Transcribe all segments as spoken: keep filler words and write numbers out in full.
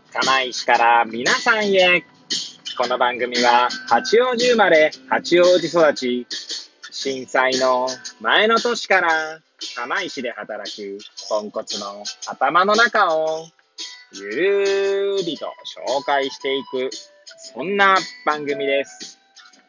釜石から皆さんへ。この番組は八王子生まれ、八王子育ち、震災の前の年から釜石で働くポンコツの頭の中をゆるーりと紹介していく、そんな番組です。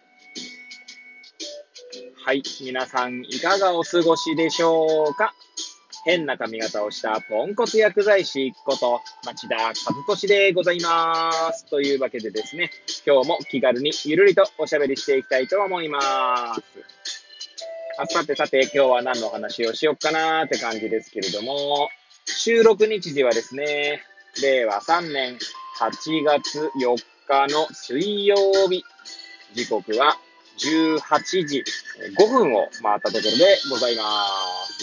はい、皆さんいかがお過ごしでしょうか。変な髪型をしたポンコツ薬剤師こと町田和俊でございます。というわけでですね、今日も気軽にゆるりとおしゃべりしていきたいと思います。あさてさて今日は何のお話をしよっかなーって感じですけれども、収録日時はですね、れいわさんねんはちがつよっかの水曜日、時刻はじゅうはちじごふんを回ったところでございます。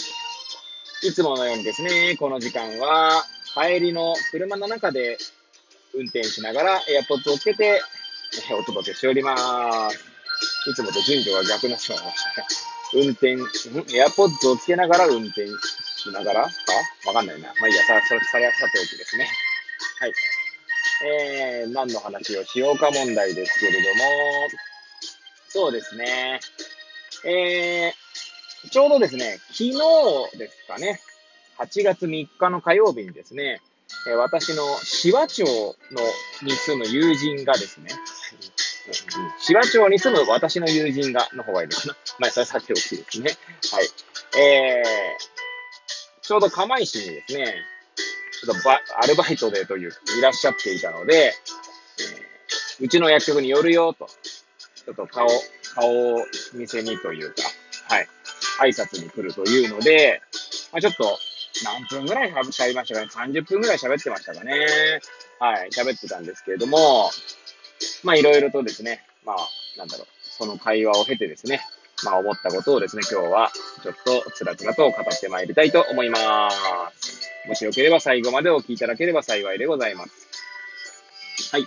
いつものようにですね、この時間は帰りの車の中で運転しながら AirPods をつけてお届けしております。いつもと順序が逆になってしまいましたね。運転、ん AirPods をつけながら運転しながらかわかんないな。まあいいや、さ、それ、それはさておきですね。はい。えー、何の話をしようか問題ですけれども、そうですね。えー、ちょうどですね、昨日ですかね、はちがつみっかの火曜日にですね、えー私の紫波町のに住む友人がですね、紫波町に住む私の友人がの方がいいのかな。まあ、それはさておきですね。はい。えー、ちょうど釜石にですね、ちょっとバアルバイトでという、いらっしゃっていたので、えーうちの薬局に寄るよと、ちょっと顔、顔を見せにというか、はい、挨拶に来るというので、まあ、ちょっと、何分ぐらい喋りましたかね。さんじゅっぷんぐらい喋ってましたかね。はい、喋ってたんですけれども、まあ、いろいろとですね、まあ、なんだろう、その会話を経てですね、まあ、思ったことをですね、今日は、ちょっと、つらつらと語ってまいりたいと思います。もしよければ最後までお聞きいただければ幸いでございます。はい。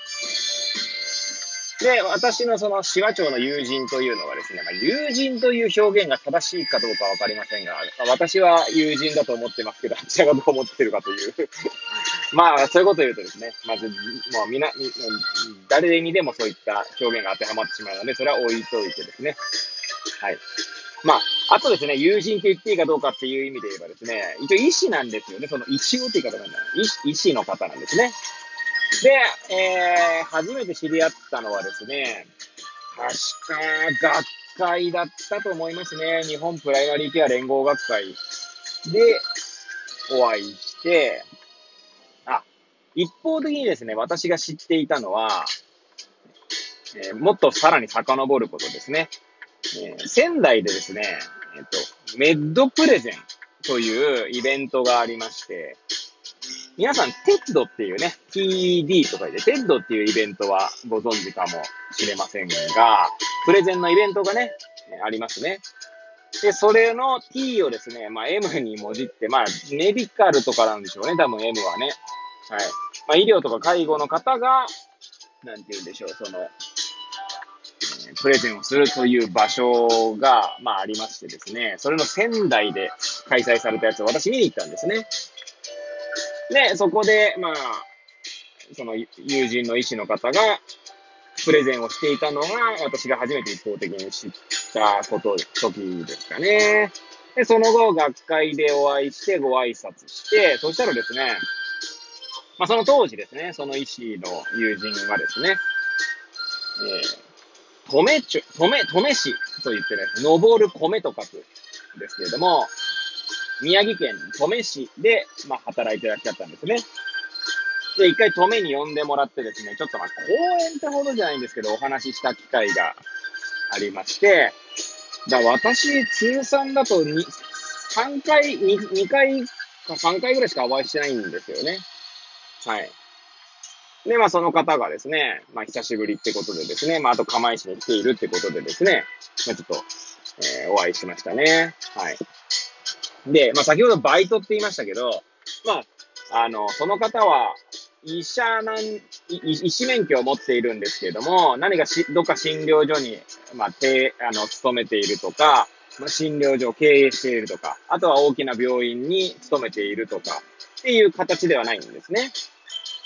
で、私のその紫波町の友人というのはですね、まあ、友人という表現が正しいかどうかわかりませんが、私は友人だと思ってますけど、あちらがどう思ってるかという。まあ、そういうことを言うとですね、まず、もうみな、誰にでもそういった表現が当てはまってしまうので、それは置いといてですね。はい。まあ、あとですね、友人って言っていいかどうかっていう意味で言えばですね、一応医師なんですよね。その医師をって言い方なんだ。医師、医師の方なんですね。で、えー、初めて知り合ったのはですね、確か学会だったと思いますね。日本プライマリーケア連合学会でお会いして、あ、一方的にですね、私が知っていたのは、えーもっとさらに遡ることですね。えー仙台でですね、えっと、メッドプレゼンというイベントがありまして、皆さん、テッドっていうね、ティーディー と書いて、テッドっていうイベントはご存知かもしれませんが、プレゼンのイベントがね、ありますね。で、それの T をですね、まあ M にもじって、まあメディカルとかなんでしょうね、多分 M はね。はい。まあ医療とか介護の方が、なんて言うんでしょう、その、プレゼンをするという場所が、まあありましてですね、それの仙台で開催されたやつを私見に行ったんですね。で、そこで、まあ、その友人の医師の方がプレゼンをしていたのが、私が初めて一方的に知ったこと、時ですかね。で、その後、学会でお会いして、ご挨拶して、そしたらですね、まあ、その当時ですね、その医師の友人はですね、えー、米ちょ、米、米市と言ってね、登る米と書くんですけれども、宮城県登米市で、まあ、働いていらっしゃったんですね。で、一回登米に呼んでもらってですね、ちょっとまあ、講演ってほどじゃないんですけど、お話しした機会がありまして、だ私、通算だとに、さんかい、に, にかいかさんかいぐらいしかお会いしてないんですよね。はい。で、まあ、その方がですね、まあ、久しぶりってことでですね、まあ、あと釜石に来ているってことでですね、まあ、ちょっと、えーお会いしましたね。はい。で、まあ、先ほどバイトって言いましたけど、まあ、あの、その方は、医者なん、い医師免許を持っているんですけれども、何かし、どっか診療所に、まあ、て、あの、勤めているとか、まあ、診療所を経営しているとか、あとは大きな病院に勤めているとか、っていう形ではないんですね。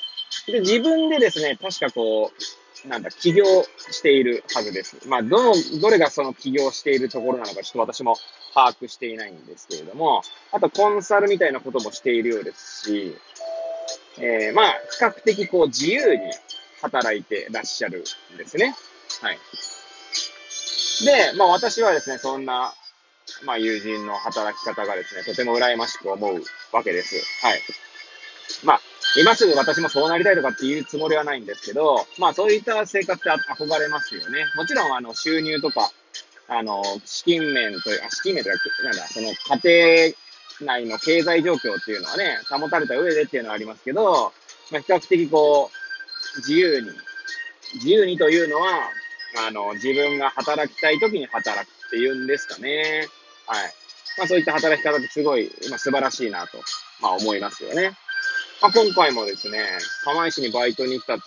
で、自分でですね、確かこう、なんだ、起業しているはずです。まあ、どの、どれがその起業しているところなのか、ちょっと私も把握していないんですけれども、あとコンサルみたいなこともしているようですし、えー、まあ、比較的こう自由に働いてらっしゃるんですね。はい。で、まあ私はですね、そんな、まあ友人の働き方がですね、とても羨ましく思うわけです。はい。まあ、今すぐ私もそうなりたいとかっていうつもりはないんですけど、まあそういった生活って憧れますよね。もちろん、あの、収入とか、あの、資金面という、あ、資金面というか、なんだ、その家庭内の経済状況っていうのはね、保たれた上でっていうのはありますけど、まあ比較的こう、自由に、自由にというのは、あの、自分が働きたい時に働くっていうんですかね。はい。まあそういった働き方ってすごい、まあ素晴らしいなと、まあ思いますよね。まあ今回もですね、釜石にバイトに来たって、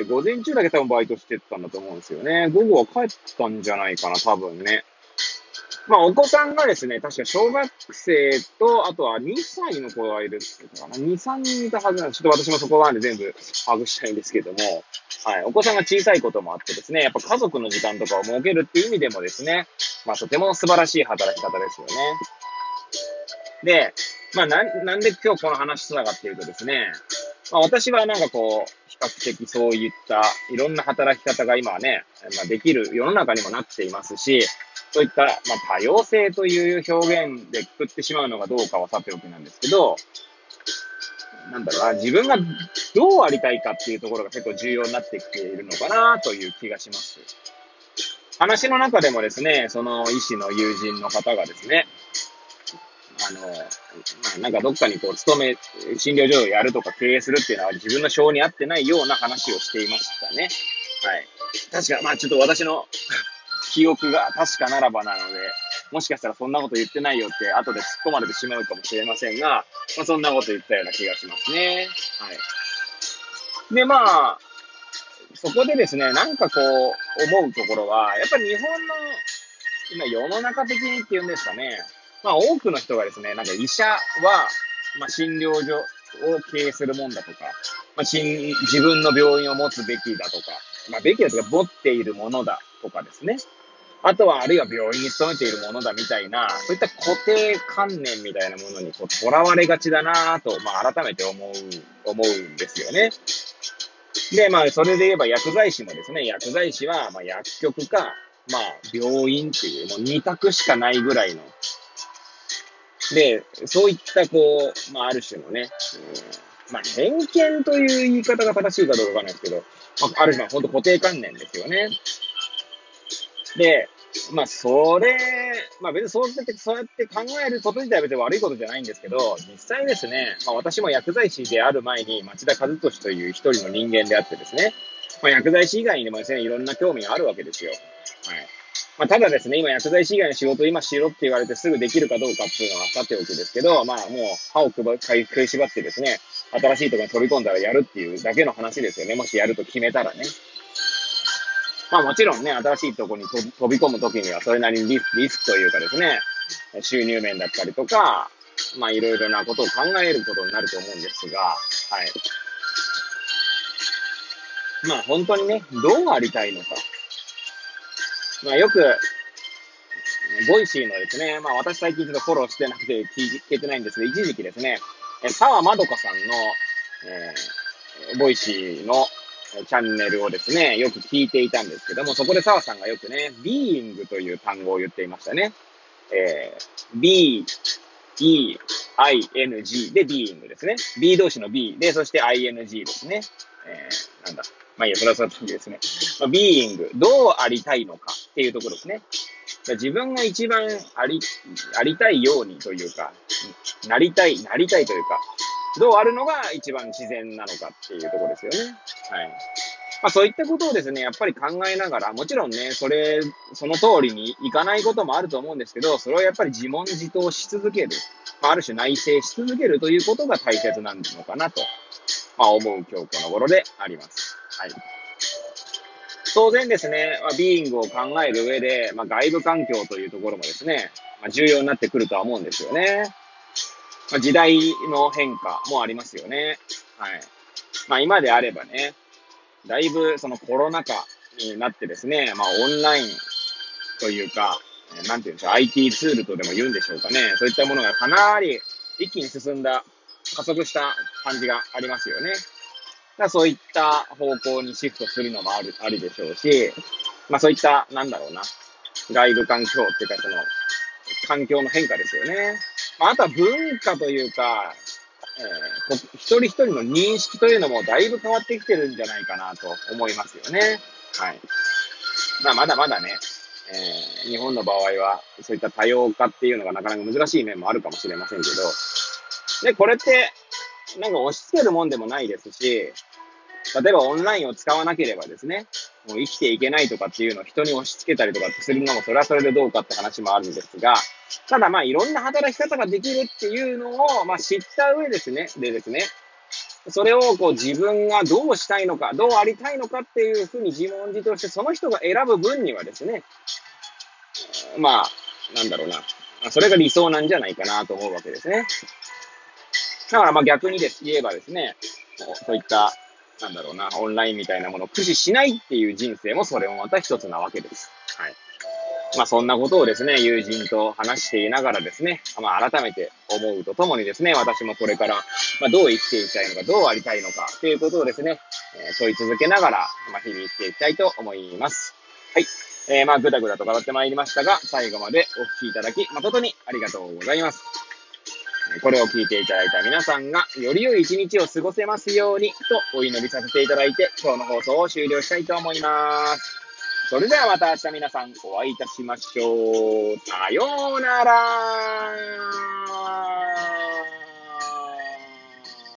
午前中だけ多分バイトしてたんだと思うんですよね。午後は帰ったんじゃないかな、多分ね。まあ、お子さんがですね、確か小学生と、あとはにさいの子がいるって言ったかな。に、さんにんいたはずなんで、ちょっと私もそこまで全部把握したいんですけども、はい、お子さんが小さいこともあってですね、やっぱ家族の時間とかを設けるっていう意味でもですね、まあ、とても素晴らしい働き方ですよね。で、まあ、なん、なんで今日この話したかっていうとですね、まあ、私はなんかこう、比較的そういったいろんな働き方が今はね、まあ、できる世の中にもなっていますし、そういった、まあ、多様性という表現でくくってしまうのがどうかはさておきなんですけど、なんだろうな、自分がどうありたいかっていうところが結構重要になってきているのかなという気がします。話の中でもですね、その医師の友人の方がですね、あの、まあ、なんかどっかにこう、勤め、診療所をやるとか経営するっていうのは自分の性に合ってないような話をしていましたね。はい。確か、まあちょっと私の記憶が確かならばなので、もしかしたらそんなこと言ってないよって後で突っ込まれてしまうかもしれませんが、まあそんなこと言ったような気がしますね。はい。で、まあ、そこでですね、なんかこう、思うところは、やっぱり日本の、今世の中的にっていうんですかね、まあ多くの人がですね、なんか医者は、まあ診療所を経営するもんだとか、まあ、自分の病院を持つべきだとか、まあべきだとか持っているものだとかですね。あとは、あるいは病院に勤めているものだみたいな、そういった固定観念みたいなものにこう囚われがちだなぁと、まあ改めて思う、思うんですよね。で、まあそれで言えば薬剤師もですね、薬剤師はまあ薬局か、まあ病院っていう、もう二択しかないぐらいの。で、そういったこう、まあある種のね、うん、まあ偏見という言い方が正しいかどうかわかんないですけど、まあ、ある種の本当固定観念ですよね。で、まあ、それ、まあ別にそうやって、そうやって考えること自体は別に悪いことじゃないんですけど、実際ですね、まあ私も薬剤師である前に町田和俊という一人の人間であってですね、まあ薬剤師以外にもですね、いろんな興味があるわけですよ。はい。まあただですね、今薬剤師以外の仕事を今しろって言われてすぐできるかどうかっていうのはさておきですけど、まあもう歯を食いしばってですね、新しいところに飛び込んだらやるっていうだけの話ですよね。もしやると決めたらね。まあもちろんね、新しいところに飛び込むときにはそれなりにリスク、リスクというかですね、収入面だったりとか、まあいろいろなことを考えることになると思うんですが、はい。まあ本当にね、どうありたいのか。まあよく、ボイシーのですね、まあ私最近ちょっとフォローしてなくて聞けてないんですが、一時期ですね、沢まどかさんの、えー、ボイシーのチャンネルをですね、よく聞いていたんですけども、そこで澤さんがよくね、ビーイングという単語を言っていましたね。えー、B、E、I、N、G でビーイングですね。B 同士の B で、そして I N G ですね。えー、なんだ。まあいいや、それはその時ですね。まあ、ビーイング、どうありたいのかっていうところですね。自分が一番あり、ありたいようにというか、なりたい、なりたいというか、どうあるのが一番自然なのかっていうところですよね。はい。まあそういったことをですね、やっぱり考えながら、もちろんね、それ、その通りにいかないこともあると思うんですけど、それをやっぱり自問自答し続ける。まあある種内省し続けるということが大切なのかなと、まあ思う今日この頃であります。はい。当然ですね、まあ、ビーイングを考える上で、まあ、外部環境というところもですね、まあ、重要になってくるとは思うんですよね。まあ、時代の変化もありますよね。はい。 まあ今であればね、だいぶそのコロナ禍になってですね、まあオンラインというか、なんていうんですか、アイティー ツールとでも言うんでしょうかね。そういったものがかなり一気に進んだ、加速した感じがありますよね。だからそういった方向にシフトするのもある、ありでしょうし、まあそういった、なんだろうな、外部環境っていうかその、環境の変化ですよね。まああとは文化というか、えー、一人一人の認識というのもだいぶ変わってきてるんじゃないかなと思いますよね。はい。まあまだまだね、えー、日本の場合は、そういった多様化っていうのがなかなか難しい面もあるかもしれませんけど、で、これって、なんか押し付けるもんでもないですし、例えばオンラインを使わなければですね、もう生きていけないとかっていうのを人に押し付けたりとかってするのも、それはそれでどうかって話もあるんですが、ただまあいろんな働き方ができるっていうのを、まあ知った上ですね、でですね、それをこう自分がどうしたいのか、どうありたいのかっていうふうに自問自答して、その人が選ぶ分にはですね、まあ、なんだろうな。それが理想なんじゃないかなと思うわけですね。だからまあ逆にです言えばですね、そういった、なんだろうな、オンラインみたいなものを駆使しないっていう人生もそれもまた一つなわけです。はい。まあそんなことをですね、友人と話していながらですね、まあ改めて思うとともにですね、私もこれから、まあどう生きていきたいのか、どうありたいのか、ということをですね、えー問い続けながら、まあ日々生きていきたいと思います。はい。えー、まあぐだぐだと語ってまいりましたが、最後までお聞きいただき誠にありがとうございます。これを聞いていただいた皆さんが、より良い一日を過ごせますように、とお祈りさせていただいて、今日の放送を終了したいと思います。それではまた明日皆さんお会いいたしましょう。さようなら。